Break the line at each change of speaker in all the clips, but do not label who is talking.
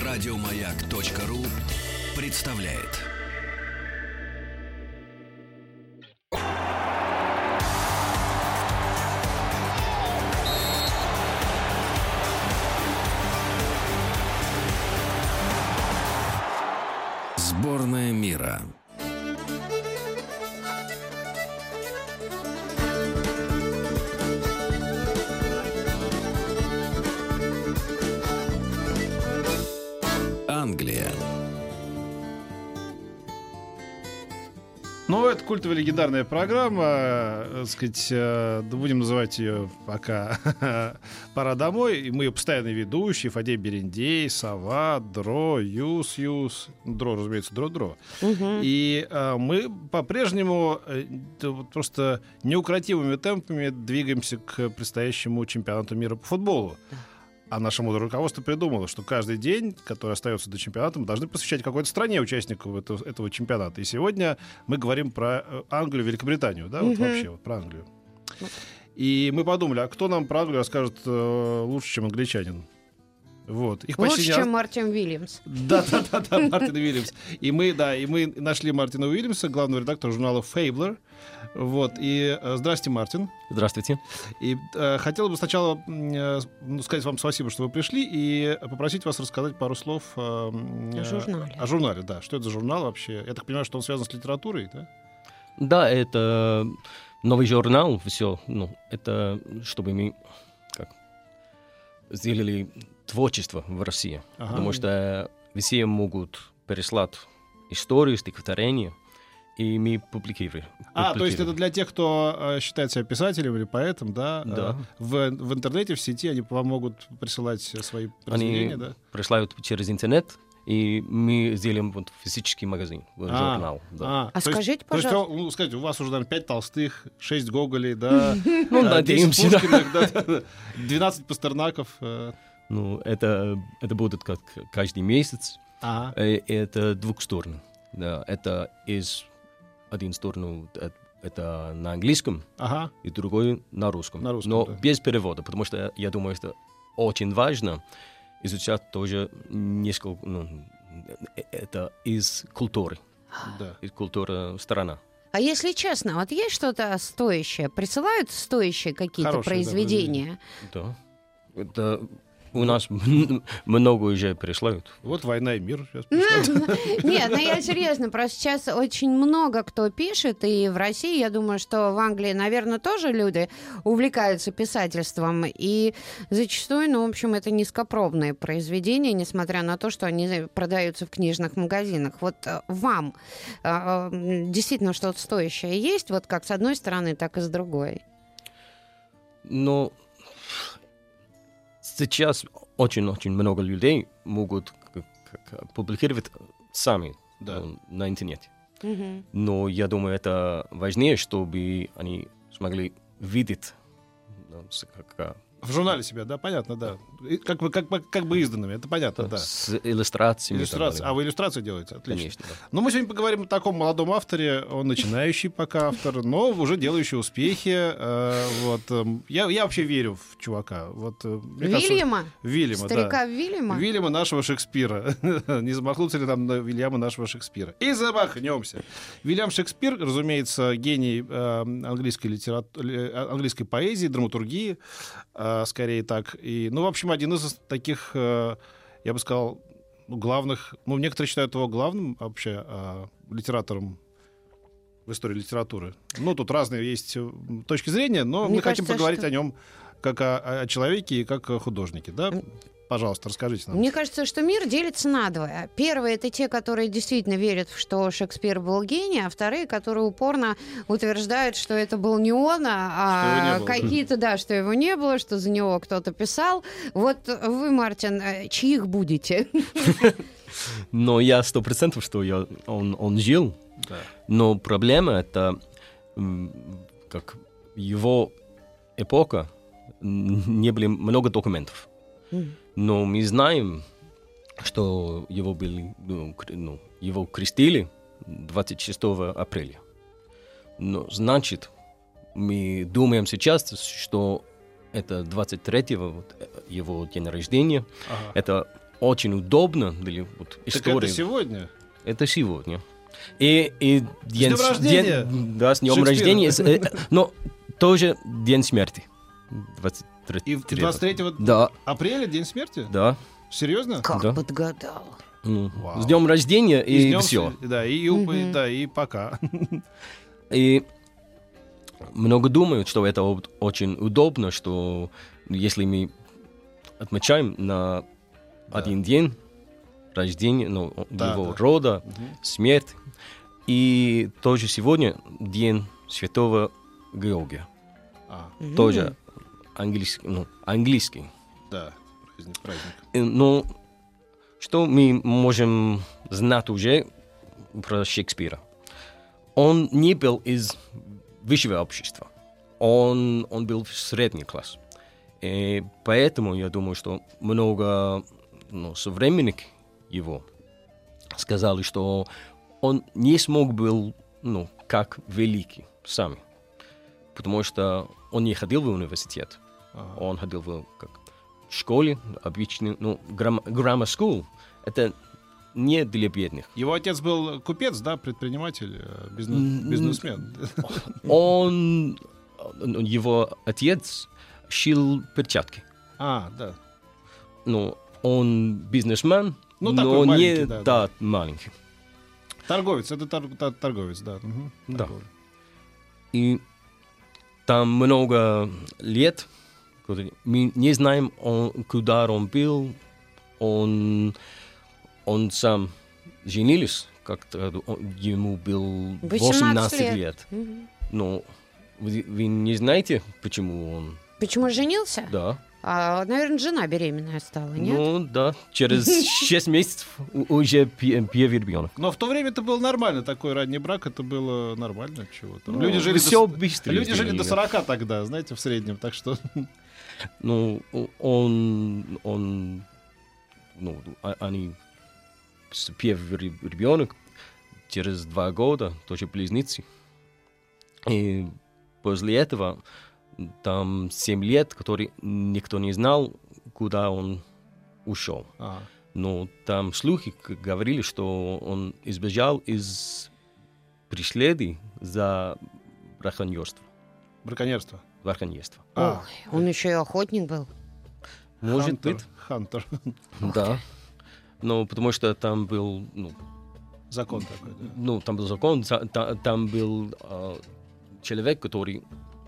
Радиомаяк.ру представляет. Сборная мира. Англия.
Ну, это культовая легендарная программа, так сказать, будем называть ее пока «Пора домой». И мы ее постоянные ведущие: Фадей Берендей, Сова, Дро, Юс, Дро, разумеется, Дро. И мы по-прежнему просто неукротимыми темпами двигаемся к предстоящему чемпионату мира по футболу. А наше мудрое руководство придумало, что каждый день, который остается до чемпионата, мы должны посвящать какой-то стране участников этого чемпионата. И сегодня мы говорим про Англию, Великобританию, да, вот вообще вот про Англию. И мы подумали, а кто нам про Англию расскажет лучше, чем англичанин? Вот. Их
лучше, чем Мартин Уильямс.
Да, Мартин Уильямс. И мы нашли Мартина Уильямса, главного редактора журнала Fabler. Вот. И здрасте, Мартин.
Здравствуйте.
И хотел бы сначала сказать вам спасибо, что вы пришли, и попросить вас рассказать пару слов о
журнале.
О журнале, да. Что это за журнал вообще? Я так понимаю, что он связан с литературой, да?
Да, это новый журнал, все. Ну, это чтобы мы сделали творчество в России.
Ага.
Потому что все могут переслать историю, стихотворения, и мы публикуем.
То есть это для тех, кто считает себя писателем или поэтом, да?
Да.
В интернете, в сети они вам могут присылать свои произведения,
они
да?
присылают через интернет, и мы сделаем вот физический магазин, журнал. Да.
Скажите, пожалуйста.
То есть, скажите, у вас уже, наверное, 5 Толстых, 6 Гоголей, да?
Ну, надеемся,
10 Пушкиных, 12 Пастернаков.
Ну, это будет как каждый месяц. Это двухсторонний. Да, это из один сторону это на английском, и другой на русском. Но да. Без перевода, потому что я думаю, что очень важно изучать тоже несколько, это из культуры, из культуры страны.
А если честно, вот есть что-то стоящее? Присылают стоящие какие-то произведения?
Да. Это у нас много уже присылают.
Вот «Война и мир» сейчас
Нет, я серьезно, просто сейчас очень много кто пишет, и в России, я думаю, что в Англии, наверное, тоже люди увлекаются писательством, и зачастую, в общем, это низкопробные произведения, несмотря на то, что они продаются в книжных магазинах. Вот вам действительно что-то стоящее есть, вот как с одной стороны, так и с другой?
Ну, сейчас очень-очень много людей могут публиковать сами на интернете. Но я думаю, это важнее, чтобы они смогли видеть
в журнале себя, да, понятно, да. Как бы изданными, это понятно, да.
С иллюстрациями.
А вы иллюстрации делаете? Отлично.
Конечно, да.
Но мы сегодня поговорим о таком молодом авторе, он начинающий пока автор, но уже делающий успехи. Я вообще верю в чувака.
Вильяма? Старика Вильяма?
Вильяма нашего Шекспира. Не замахнуться ли там на Вильяма нашего Шекспира? И замахнемся. Вильям Шекспир, разумеется, гений английской поэзии, драматургии, скорее так. И, в общем, один из таких, я бы сказал, главных... некоторые считают его главным вообще литератором в истории литературы. Тут разные есть точки зрения, но мы хотим поговорить о нем как о человеке и как о художнике, да? Пожалуйста, расскажите нам.
Мне кажется, что мир делится надвое. Первые — это те, которые действительно верят, что Шекспир был гений, а вторые, которые упорно утверждают, что это был не он, а какие-то, что его не было, что за него кто-то писал. Вот вы, Мартин, чьих будете?
Но я 100%, что он жил. Да. Но проблема — это как его эпоха, не было много документов. Но мы знаем, что его крестили 26 апреля. Но значит, мы думаем сейчас, что это 23-го его день рождения. Это очень удобно для вот, истории.
Так это сегодня?
Это сегодня. И день,
с днем рождения!
Да, с днем рождения. Но тоже день смерти.
23 апреля день смерти?
Да.
Серьезно?
Как
да.
подгадал.
С днем рождения и все.
Да, и пока.
И много думают, что это очень удобно, что если мы отмечаем на один день рождения, его рода, смерть, и тоже сегодня день Святого Георгия. Тоже английский.
Да, праздник.
Но что мы можем знать уже про Шекспира? Он не был из высшего общества. Он был в средний класс. И поэтому я думаю, что много современников его сказали, что он не смог был как великий сами. Потому что он не ходил в университет. Он ходил в школе, обычный, grammar school. Это не для бедных.
Его отец был купец, да, предприниматель, бизнесмен.
Его отец шил перчатки.
Да.
Он бизнесмен, но
маленький,
не маленький.
Торговец, это торговец, да.
Да. И там много лет, мы не знаем, куда он был. Он сам женился, как-то ему был 18 лет. Но вы не знаете, почему он...
Почему женился?
Да.
Наверное, жена беременная стала, нет?
Да, через 6 месяцев уже первый ребенок.
Но в то время это было нормально, такой ранний брак, это было нормально. Чего-то. Люди жили до 40 тогда, знаете, в среднем, так что...
Они первый ребенок через 2 года, тоже близнецы. И после этого там 7 лет, который никто не знал, куда он ушел. Но там слухи говорили, что он избежал из преследований за браконьерство.
Браконьерство?
Браконьерство.
Он еще и охотник был.
Может быть.
Хантер.
Да. Но потому что там был...
закон такой, да?
Там был закон, там был человек, который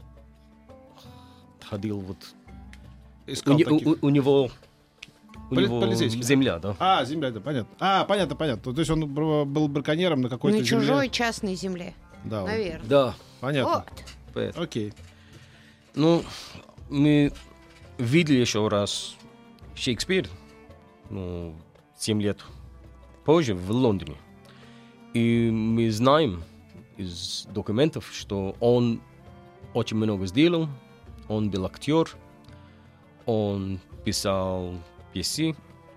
ходил у него земля, да.
Земля, да, понятно. Понятно. То есть он был браконьером на какой-то земле.
На чужой частной земле.
Да.
Наверное.
Да.
Понятно.
Вот.
Окей.
Мы видели еще раз Шекспир, 7 лет позже в Лондоне. И мы знаем из документов, что он очень много сделал. Он был актер, он писал пьесы.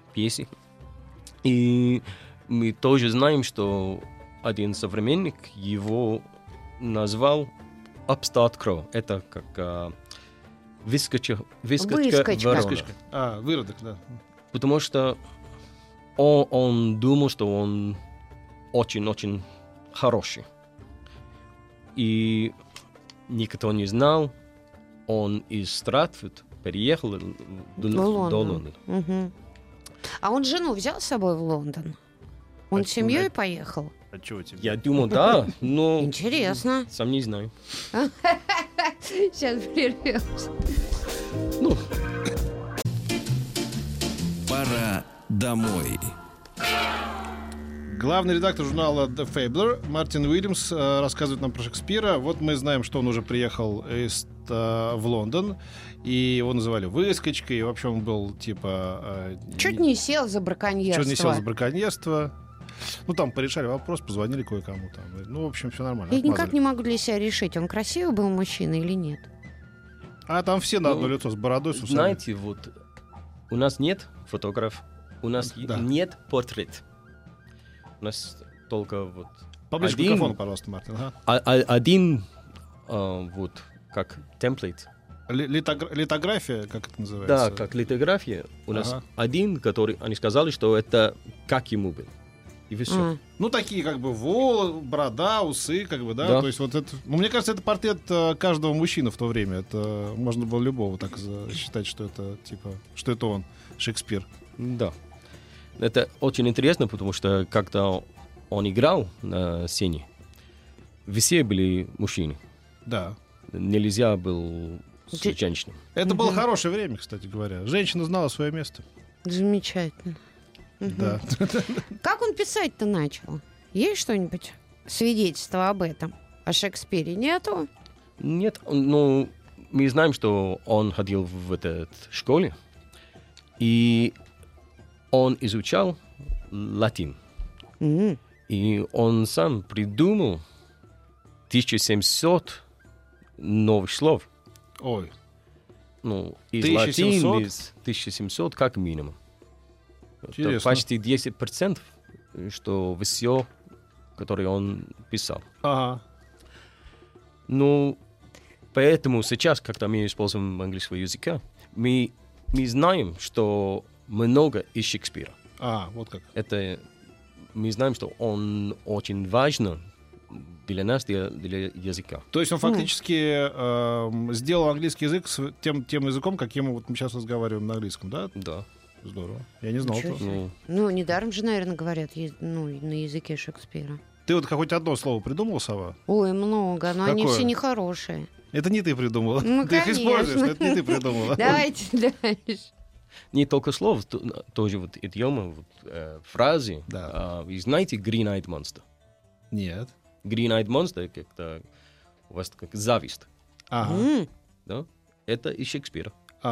И мы тоже знаем, что один современник его назвал upstart crow. Это как выскочка ворона.
Выродок, да.
Потому что он думал, что он очень-очень хороший. И никто не знал. Он из Стратфорда переехал до Лондона.
Угу. А он жену взял с собой в Лондон? Он с семьей поехал?
А чего тебе?
Я думал, да, но...
Интересно.
Сам не знаю.
Сейчас прервемся.
Пора домой.
Главный редактор журнала The Fabler Мартин Уильямс рассказывает нам про Шекспира. Вот мы знаем, что он уже приехал в Лондон, и его называли выскочкой, и вообще он был типа...
Чуть не сел за браконьерство.
Там порешали вопрос, позвонили кое-кому там. В общем, все нормально.
Я никак не могу для себя решить, он красивый был мужчина или нет.
А там все на одно лицо с бородой, с усами.
Знаете, у нас нет фотографов, у нас нет портрет. У нас только
Поближе к микрофону, пожалуйста, Мартин.
Один как темплейт
Литография, как это называется?
Да, как литография. У нас один, который они сказали, что это как ему был. И все.
Ну, такие как бы борода, усы, как бы, да? То есть вот это... Ну, мне кажется, это портрет каждого мужчины в то время. Это можно было любого так считать, что это, типа, что это он, Шекспир.
Да. Это очень интересно, потому что когда он играл на сцене, все были мужчины.
Да.
Нельзя было с женщиной.
Это было хорошее время, кстати говоря. Женщина знала свое место.
Замечательно.
Да.
Как он писать-то начал? Есть что-нибудь свидетельство об этом? О Шекспире нету?
Нет, ну, мы знаем, что он ходил в этой школе, и он изучал латин. И он сам придумал 1700 новых слов.
Ой.
Ну, из латин, из 1700 как минимум. Это почти 10%, что все, которое он писал.
Ага.
Ну, поэтому сейчас, когда мы используем английского языка, мы знаем, что много из Шекспира.
Вот как.
Это мы знаем, что он очень важен для нас, для языка.
То есть он фактически сделал английский язык тем языком, каким вот мы сейчас разговариваем на английском, да?
Да.
Здорово. Я не знал этого.
Ну, недаром же, наверное, говорят на языке Шекспира.
Ты вот хоть одно слово придумал, Сова?
Ой, много, но они все нехорошие.
Это не ты придумала.
Ну,
ты их используешь, но это не ты придумала.
Давайте дальше.
Не только слов, тоже вот идиомы, фразы.
Да.
Вы знаете Green-Eyed Monster?
Нет.
Green-Eyed Monster, как-то у вас как зависть.
Ага.
Да? Это из Шекспира.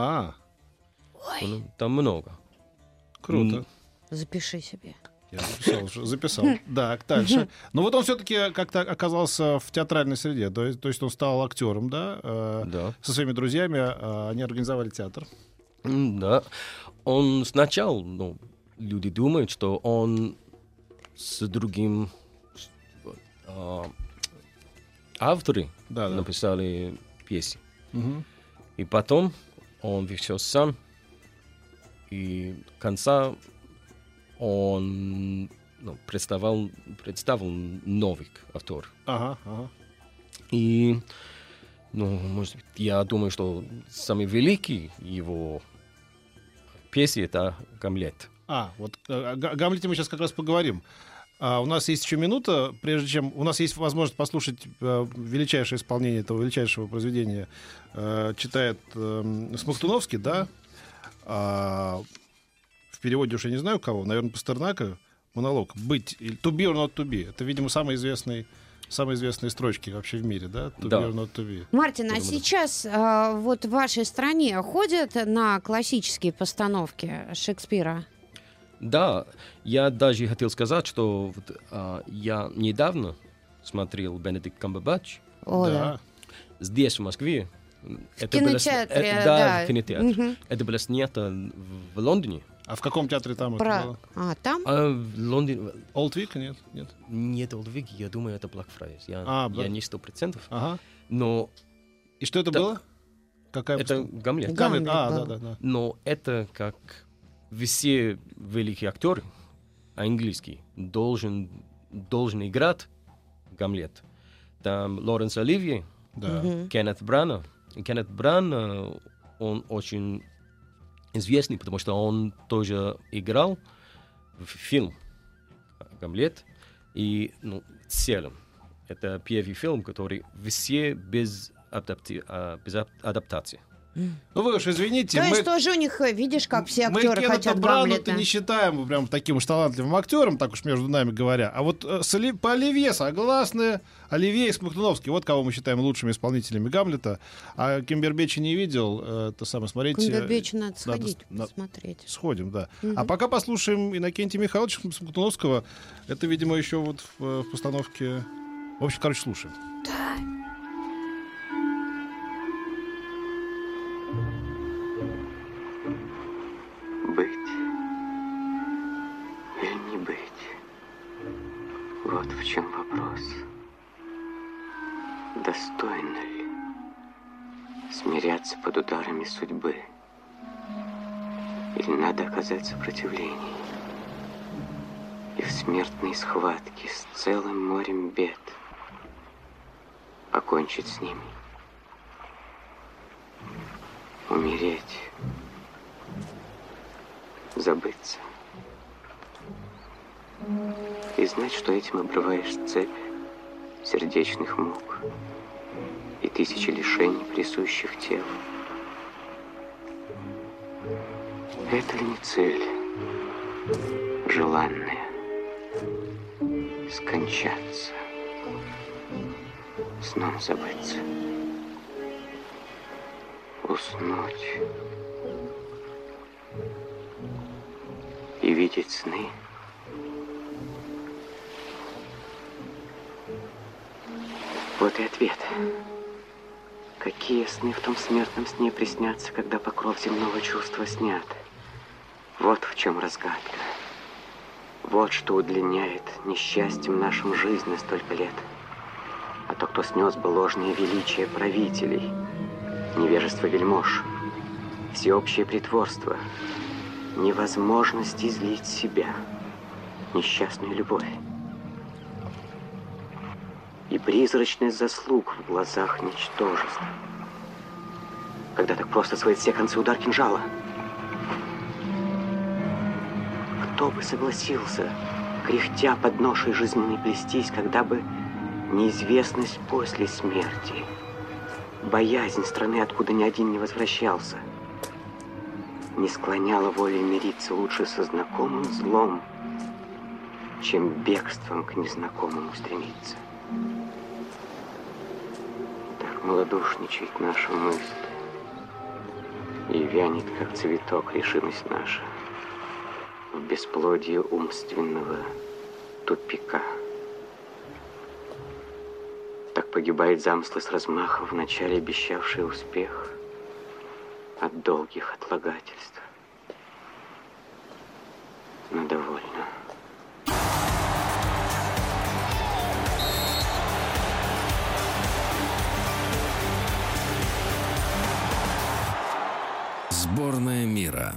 Ой.
Там много.
Круто.
Запиши себе.
Я записал. Так, дальше. Но вот он все-таки как-то оказался в театральной среде. То есть он стал актером, да?
Да.
Со своими друзьями они организовали театр.
Да. Он сначала, люди думают, что он с другим авторы написали песни. И потом он все сам. И в конце он представил новых авторов. И, может быть, я думаю, что самый великий его песни — это «Гамлет».
Вот о «Гамлете» мы сейчас как раз поговорим. У нас есть еще минута, прежде чем... У нас есть возможность послушать величайшее исполнение этого величайшего произведения. Читает Смоктуновский, да? В переводе уж я не знаю кого, наверное, Пастернака, монолог «Быть» или «To be or not to be». Это, видимо, самые известные строчки вообще в мире, да? «To be or not to be».
Мартин, а сейчас вот в вашей стране ходят на классические постановки Шекспира?
Да, я даже хотел сказать, что я недавно смотрел «Бенедикт Камбербэтч».
Да.
Здесь, в Москве.
В кинотеатре,
да. В кинотеатре. Это было снято в Лондоне.
А в каком театре там это было?
Там?
В Лондоне.
Old Vic? Нет?
Нет, Old Vic, я думаю, это Blackfriars. Я не 100%. Но...
И что это было?
Это «Гамлет».
«Гамлет», да.
Но это как все великие актеры английские должен играть «Гамлет». Там Лоренс Оливье, Кеннет Брана. Кеннет Брана, он очень известный, потому что он тоже играл в фильм «Гамлет». И в целом это первый фильм, который все без адаптации.
Ну вы уж извините.
То есть тоже у них, видишь, как все актеры хотят Гамлета.
Мы не считаем прям таким уж талантливым актером, так уж между нами говоря. А вот по Оливье согласны. Оливье и Смоктуновский, вот кого мы считаем лучшими исполнителями Гамлета. А Камбербэтча не видел, это самое, смотрите.
Камбербэтча надо сходить, посмотреть.
Сходим, да. А пока послушаем Иннокентия Михайловича Смоктуновского. Это, видимо, еще вот в постановке. В общем, короче, слушаем.
Да.
Быть или не быть? Вот в чем вопрос. Достойно ли смиряться под ударами судьбы? Или надо оказать сопротивление? И в смертной схватке с целым морем бед покончить с ними? Умереть, забыться. И знать, что этим обрываешь цепь сердечных мук и тысячи лишений, присущих телу. Это ли не цель желанная? Скончаться, сном забыться, уснуть и видеть сны. Вот и ответ. Какие сны в том смертном сне приснятся, когда покров земного чувства снят? Вот в чем разгадка. Вот что удлиняет несчастьем нашим жизнь на столько лет. А то, кто снес бы ложное величие правителей, невежество вельмож, всеобщее притворство, невозможность излить себя, несчастную любовь и призрачность заслуг в глазах ничтожества. Когда так просто сводит все концы удар кинжала. Кто бы согласился, кряхтя под ношей жизненной плестись, когда бы неизвестность после смерти, боязнь страны, откуда ни один не возвращался, не склоняла волей мириться лучше со знакомым злом, чем бегством к незнакомому стремиться. Так малодушничает наша мысль, и вянет, как цветок, решимость наша в бесплодии умственного тупика. Так погибает замыслы с размаха, вначале обещавший успех от долгих отлагательств. Но довольно.
Сборная мира.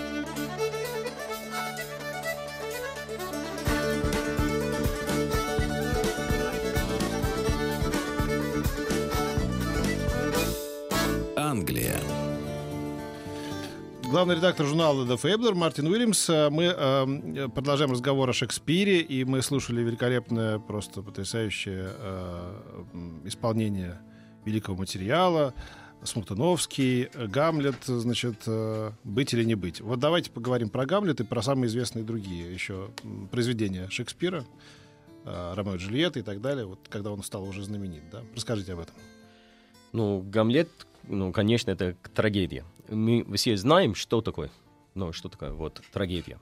Англия.
Главный редактор журнала The Fabler Мартин Уильямс. Мы продолжаем разговор о Шекспире, и мы слушали великолепное, просто потрясающее исполнение великого материала. Смоктуновский, Гамлет, значит, «Быть или не быть». Вот давайте поговорим про Гамлет и про самые известные другие еще произведения Шекспира, Ромео и Джульетта и так далее, вот когда он стал уже знаменит. Да? Расскажите об этом.
Ну, Гамлет, конечно, это трагедия. Мы все знаем, что такое. Что такое вот трагедия.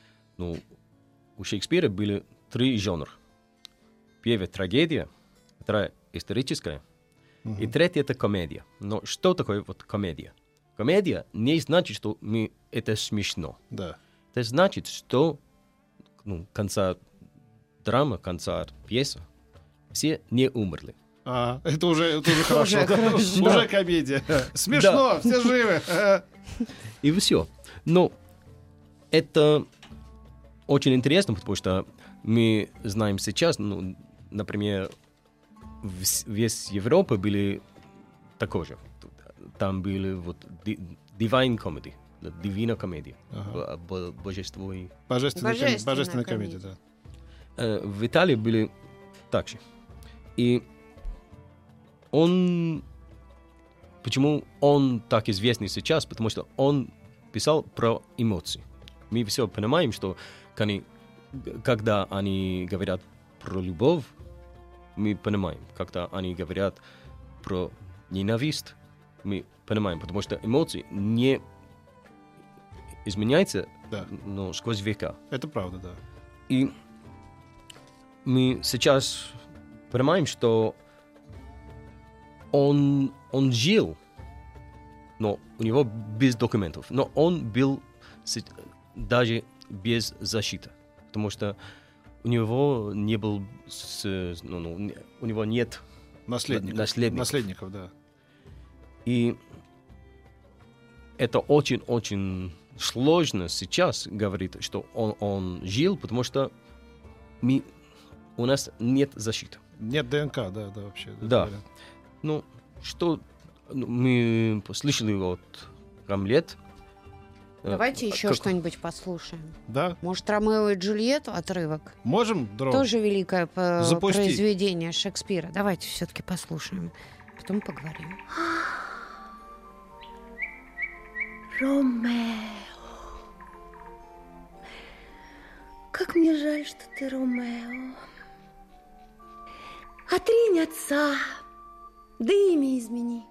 У Шекспира были 3 жанра. Первая — трагедия, вторая — историческая, и третья — это комедия. Но что такое вот комедия? Комедия не значит, что это смешно.
Да.
Это значит, что конца драма, конца пьесы все не умерли.
Это уже хорошо. Уже комедия. Смешно, все живы.
И все. Но это очень интересно, потому что мы знаем сейчас, например, весь Европа были такой же. Там были вот Divine Comedy, Divina комедия, божество и...
Божественная комедия, да.
В Италии были так же. И почему он так известный сейчас? Потому что он писал про эмоции. Мы все понимаем, что когда они говорят про любовь, мы понимаем. Когда они говорят про ненависть, мы понимаем. Потому что эмоции не изменяются, но сквозь века.
Это правда, да.
И мы сейчас понимаем, что он жил, но у него без документов. Но он был даже без защиты. Потому что у него не был... у него нет
наследников, да.
И это очень-очень сложно сейчас говорить, что он жил, потому что у нас нет защиты.
Нет ДНК, да, вообще.
Да. Ну, что мы слышали от Гамлет.
Давайте еще что-нибудь послушаем.
Да.
Может, Ромео и Джульетту отрывок?
Можем, Дрон?
Тоже великое
Запусти.
произведение Шекспира. Давайте все-таки послушаем. Потом поговорим.
Ромео. Как мне жаль, что ты Ромео. Отринь отца, да имя измени.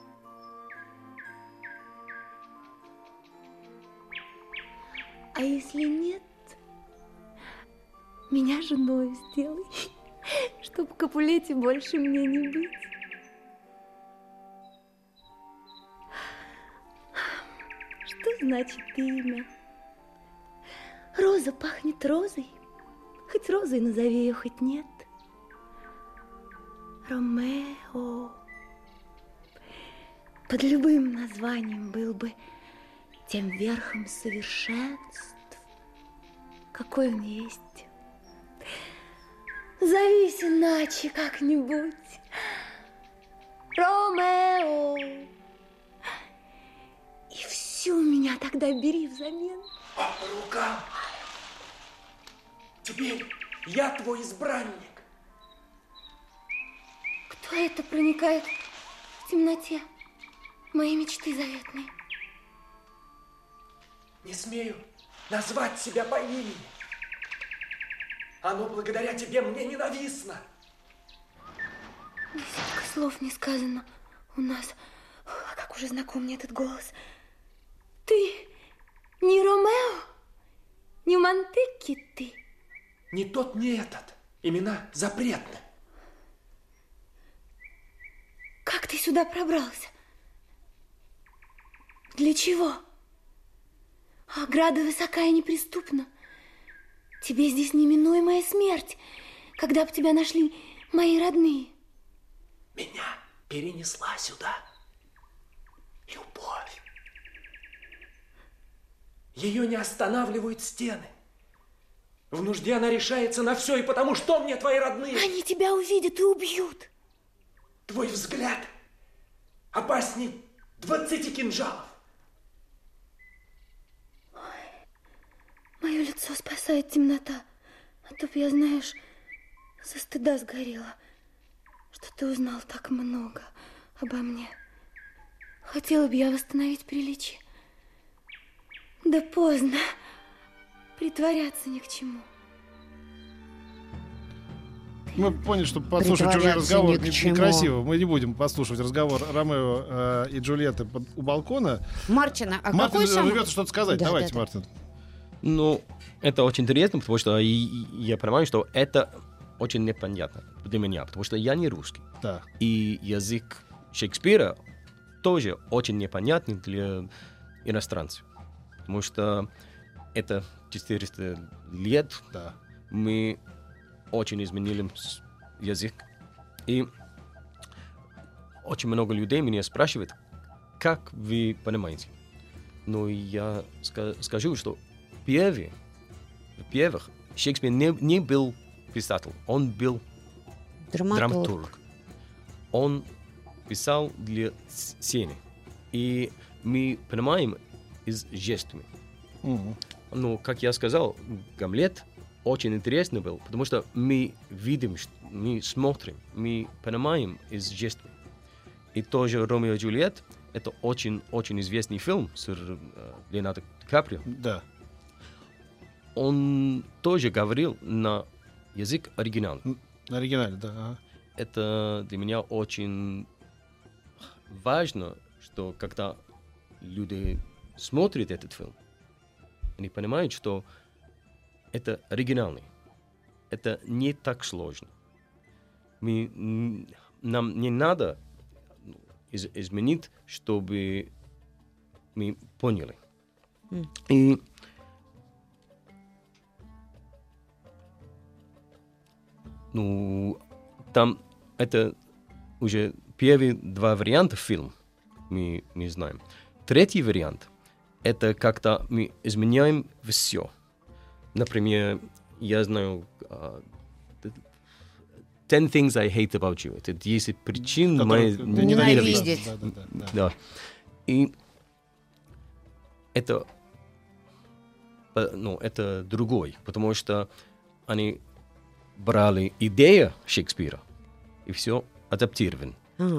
А если нет, меня женой сделай, чтоб в Капулете больше мне не быть. Что значит имя? Роза пахнет розой, хоть розой назови ее, хоть нет. Ромео. Под любым названием был бы тем верхом совершенств, какой он есть. Зовись иначе как-нибудь. Ромео. И всю меня тогда бери взамен.
Рука. Теперь я твой избранник.
Кто это проникает в темноте? Мои мечты заветные.
Не смею назвать себя по имени. Оно благодаря тебе мне ненавистно.
Десятка слов не сказано у нас. А как уже знаком мне этот голос. Ты не Ромео, не Монтекки ты.
Ни тот, ни этот. Имена запретны.
Как ты сюда пробрался? Для чего? Ограда высока и неприступна. Тебе здесь неминуемая смерть, когда бы тебя нашли мои родные.
Меня перенесла сюда любовь. Ее не останавливают стены. В нужде она решается на все, и потому что мне твои родные?
Они тебя увидят и убьют.
Твой взгляд опасней 20 кинжалов.
Мое лицо спасает темнота, а то б я, знаешь, со стыда сгорела, что ты узнал так много обо мне. Хотела бы я восстановить приличие. Да поздно. Притворяться ни к чему.
Мы поняли, что послушать чужие разговоры некрасиво. Мы не будем послушать разговор Ромео и Джульетты у балкона.
Мартин, а
Мартин
какой самый...
рвется что-то сказать.
Да,
Давайте,
да.
Мартин.
Ну, это очень интересно, потому что я понимаю, что это очень непонятно для меня, потому что я не русский.
Да.
И язык Шекспира тоже очень непонятный для иностранцев. Потому что это 400 лет,
Да.
мы очень изменили язык. И очень много людей меня спрашивают, как вы понимаете. Но я скажу, что во-первых, Шекспир не был писатель, он был драматург. Он писал для сцены. И мы понимаем из жестами. Но, как я сказал, Гамлет очень интересный был, потому что мы видим, мы смотрим, мы понимаем из жестов. И тоже «Ромео и Джульетта» — это очень-очень известный фильм с Леонардо Ди Каприо.
Да.
Он тоже говорил на язык оригинала.
На оригинале, да. Ага.
Это для меня очень важно, что когда люди смотрят этот фильм, они понимают, что это оригинальный. Это не так сложно. Нам не надо изменить, чтобы мы поняли. И там это уже первые два варианта фильма. мы не знаем. Третий вариант — это когда мы изменяем все. Например, я знаю 10 things I hate about you. Это 10 причин моей ненавидеть. Да. И это другой, потому что они брали идею Шекспира и все адаптировали.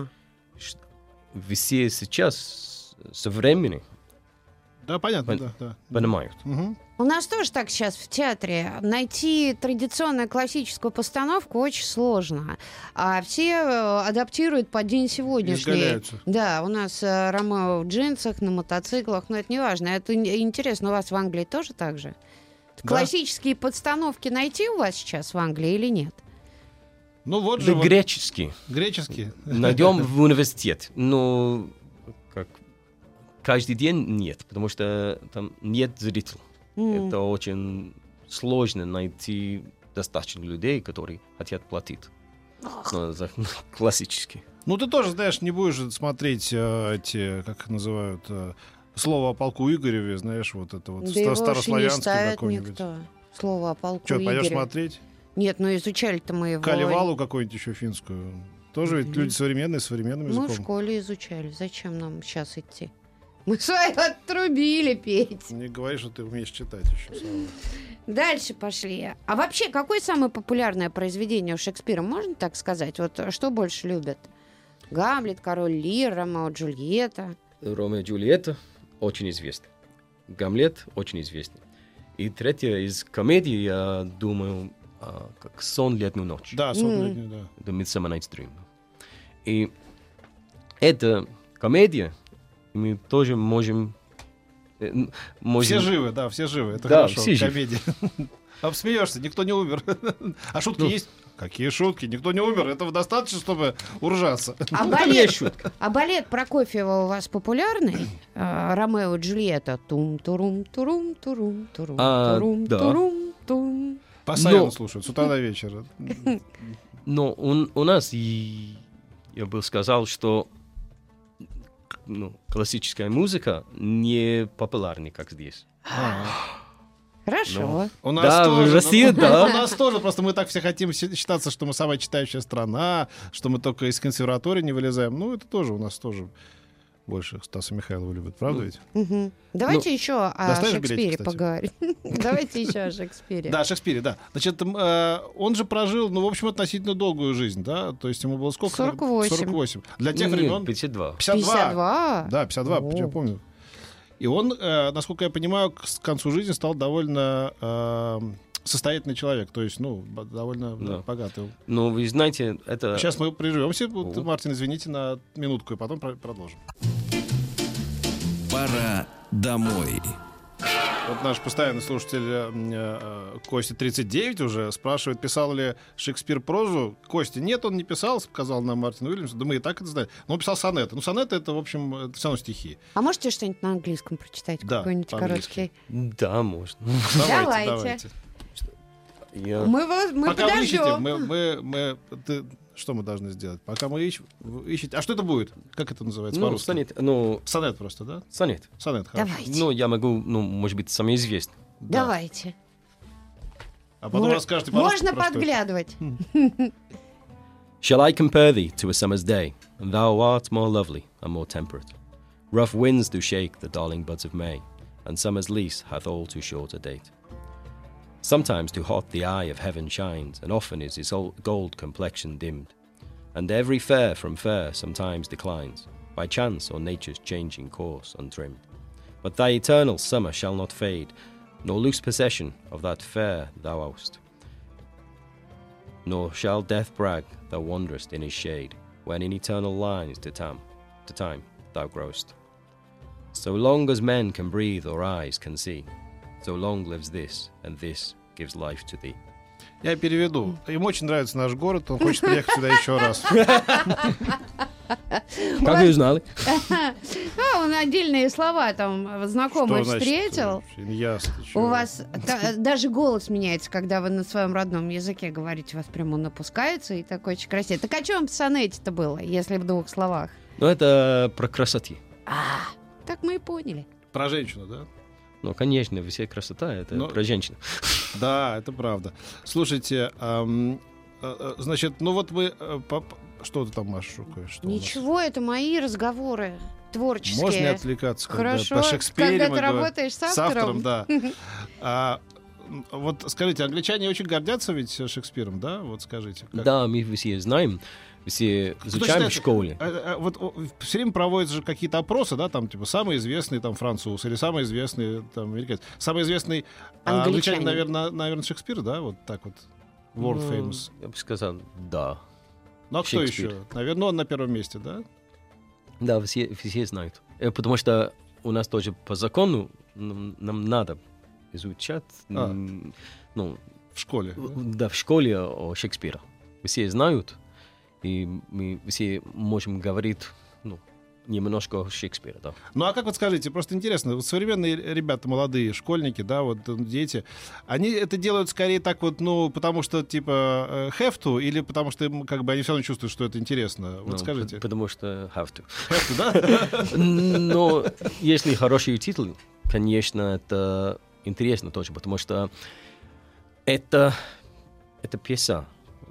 Все сейчас современные понимают.
У нас тоже так сейчас в театре. Найти традиционную классическую постановку очень сложно. А все адаптируют под день сегодняшний.
Изгаляются.
Да, у нас Ромео в джинсах, на мотоциклах, но это не важно. Это интересно, у вас в Англии тоже так же? Да. Классические подстановки найти у вас сейчас в Англии или нет?
Ну вот же.
Да, греческие.
Греческие.
Найдем в университет. Но каждый день нет, потому что там нет зрителей. Это очень сложно найти достаточно людей, которые хотят платить за классические.
Ну, ты тоже, знаешь, не будешь смотреть эти, как их называют, слово о полку Игореве, знаешь, вот это вот
да
старославянское какое-нибудь.
Никто. Слово о полку
Что,
Игореве.
пойдешь смотреть?
Нет, ну изучали-то мы его.
Калевалу какую-нибудь еще финскую. Тоже ведь люди современные, с современным языком.
Мы в школе изучали. Зачем нам сейчас идти? Мы свои отрубили петь.
Не говори, что ты умеешь читать еще.
Дальше пошли. А вообще, какое самое популярное произведение у Шекспира? Можно так сказать? Вот что больше любят? Гамлет, Король Лир, Ромео и Джульетта.
Ромео и Джульетта очень известный. Гамлет очень известный. И третья из комедий, я думаю, как «Сон летнюю ночь».
Да, «Сон летнюю», да.
The Midsummer Night's Dream. И эта комедия мы тоже можем...
Все живы, да, все живы. Это
да,
хорошо, комедия. Обсмеешься, никто не умер. А шутки есть? Какие шутки? Никто не умер. Этого достаточно, чтобы уржаться.
А балет Прокофьева у вас популярный? Ромео и Джульетта. Тум-турум-турум-турум-турум-турум-турум.
Постоянно слушают, с утра до вечера.
Но у нас, я бы сказал, что классическая музыка не популярна, как здесь.
Хорошо.
У нас тоже,
в России, да.
У нас тоже, просто мы так все хотим считаться, что мы самая читающая страна, что мы только из консерватории не вылезаем. Ну, это тоже у нас тоже больше Стаса Михайлова любят, правда ведь?
Давайте еще о Шекспире
билетик,
поговорим. Давайте еще о Шекспире.
Да, Шекспире, да. Значит, он же прожил, в общем, относительно долгую жизнь, да? То есть ему было сколько?
48.
Для тех времен...
52.
52? Да, 52, я помню. И он, насколько я понимаю, к концу жизни стал довольно состоятельный человек, то есть, довольно богатый.
Ну, вы знаете, это...
Сейчас мы прервемся, Мартин, извините, на минутку, и потом продолжим.
Пора домой.
Вот наш постоянный слушатель Костя 39 уже спрашивает, писал ли Шекспир прозу. Костя, нет, он не писал, сказал нам Мартин Уильямс. Да мы и так это знаем. Но он писал сонеты. Ну, сонеты — это, в общем, это все равно стихи.
А можете что-нибудь на английском прочитать?
Да,
какой-нибудь короткий?
Да, можно.
Давайте.
Мы
пока вы ищете,
подождем.
что мы должны сделать? Пока мы ищем... А что это будет? Как это называется по-русски?
Сонет.
Сонет просто, да?
Сонет.
Сонет, хорошо.
Давайте.
Я могу, может быть, самый известный.
Да.
Давайте.
А потом расскажете по-русски.
Можно подглядывать.
Shall I compare thee to a summer's day, and thou art more lovely and more temperate? Rough winds do shake the darling buds of May, and summer's lease hath all too short a date. Sometimes too hot the eye of heaven shines, and often is his gold complexion dimmed. And every fair from fair sometimes declines, by chance or nature's changing course untrimmed. But thy eternal summer shall not fade, nor lose possession of that fair thou owest. Nor shall death brag thou wanderest in his shade, when in eternal lines to time thou growest. So long as men can breathe or eyes can see, so long lives this, and this gives life to thee.
Я переведу. Ему очень нравится наш город, он хочет приехать сюда еще раз.
Как вы узнали?
Он отдельные слова там знакомый встретил. У вас даже голос меняется, когда вы на своем родном языке говорите, у вас прямо он опускается и такой очень красивый. Так о чем в сонете-то было, если в двух словах?
Но это про красоту.
Так мы и поняли.
Про женщину, да?
Ну, конечно, вся красота — это про женщину.
Да, это правда. Слушайте, значит, ну вот мы... Что ты там, Маша, шукаешь?
Ничего, это мои разговоры творческие.
Можно не отвлекаться,
Хорошо,
по Шекспиру.
когда ты работаешь с автором.
Да. Вот скажите, англичане очень гордятся ведь Шекспиром, да? Вот скажите. Как?
Да, мы все знаем, все изучаем в школе.
Вот все время проводятся же какие-то опросы, да, там типа самый известный там француз или самый известный там американец. Самый известный англичанин, наверное, Шекспир, да? Вот так вот. World famous.
Я бы сказал, да.
Ну а кто еще? Наверное, он на первом месте, да?
Да, все знают. Потому что у нас тоже по закону нам надо изучать, в
школе.
Да, в школе о Шекспире. Все знают, и мы все можем говорить, немножко о Шекспире, да.
Ну а как вот скажите, просто интересно, вот современные ребята, молодые школьники, да, вот дети, они это делают скорее так вот, потому что типа have to, или потому что как бы они все равно чувствуют, что это интересно? Вот скажите.
Потому что have to.
Have to, да?
Но если хороший титул, конечно, это интересно тоже, потому что это пьеса.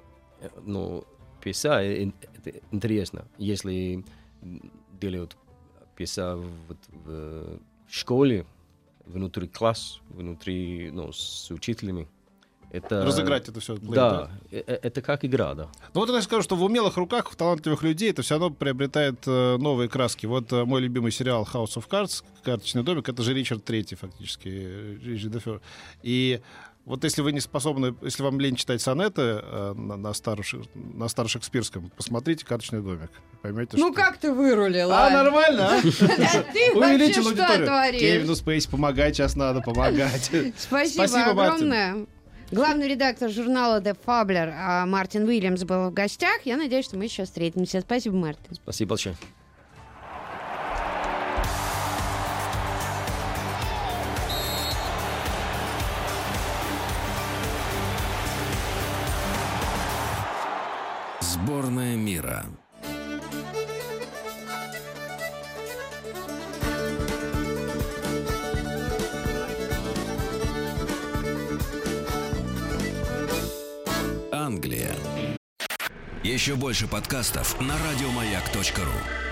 Пьеса это интересно. Если делают пьеса в школе, внутри класса, внутри, с учителями. Это...
Разыграть это все.
Да, это как игра, да.
Ну вот я скажу, что в умелых руках, в талантливых людей это все равно приобретает новые краски. Вот мой любимый сериал House of Cards, «Карточный домик», это же Ричард III фактически, Ричард Дефер. И вот если вы не способны, если вам лень читать сонеты на старошекспирском, посмотрите «Карточный домик». Поймете,
что... как ты вырулила?
Нормально, а?
Ты вообще что творишь?
Кевину Спейси помогать сейчас надо, помогать.
Спасибо огромное. Главный редактор журнала The Fabler Мартин Уильямс был в гостях. Я надеюсь, что мы еще встретимся. Спасибо, Мартин.
Спасибо большое.
Сборная мира. Англия. Еще больше подкастов на радиомаяк.ру.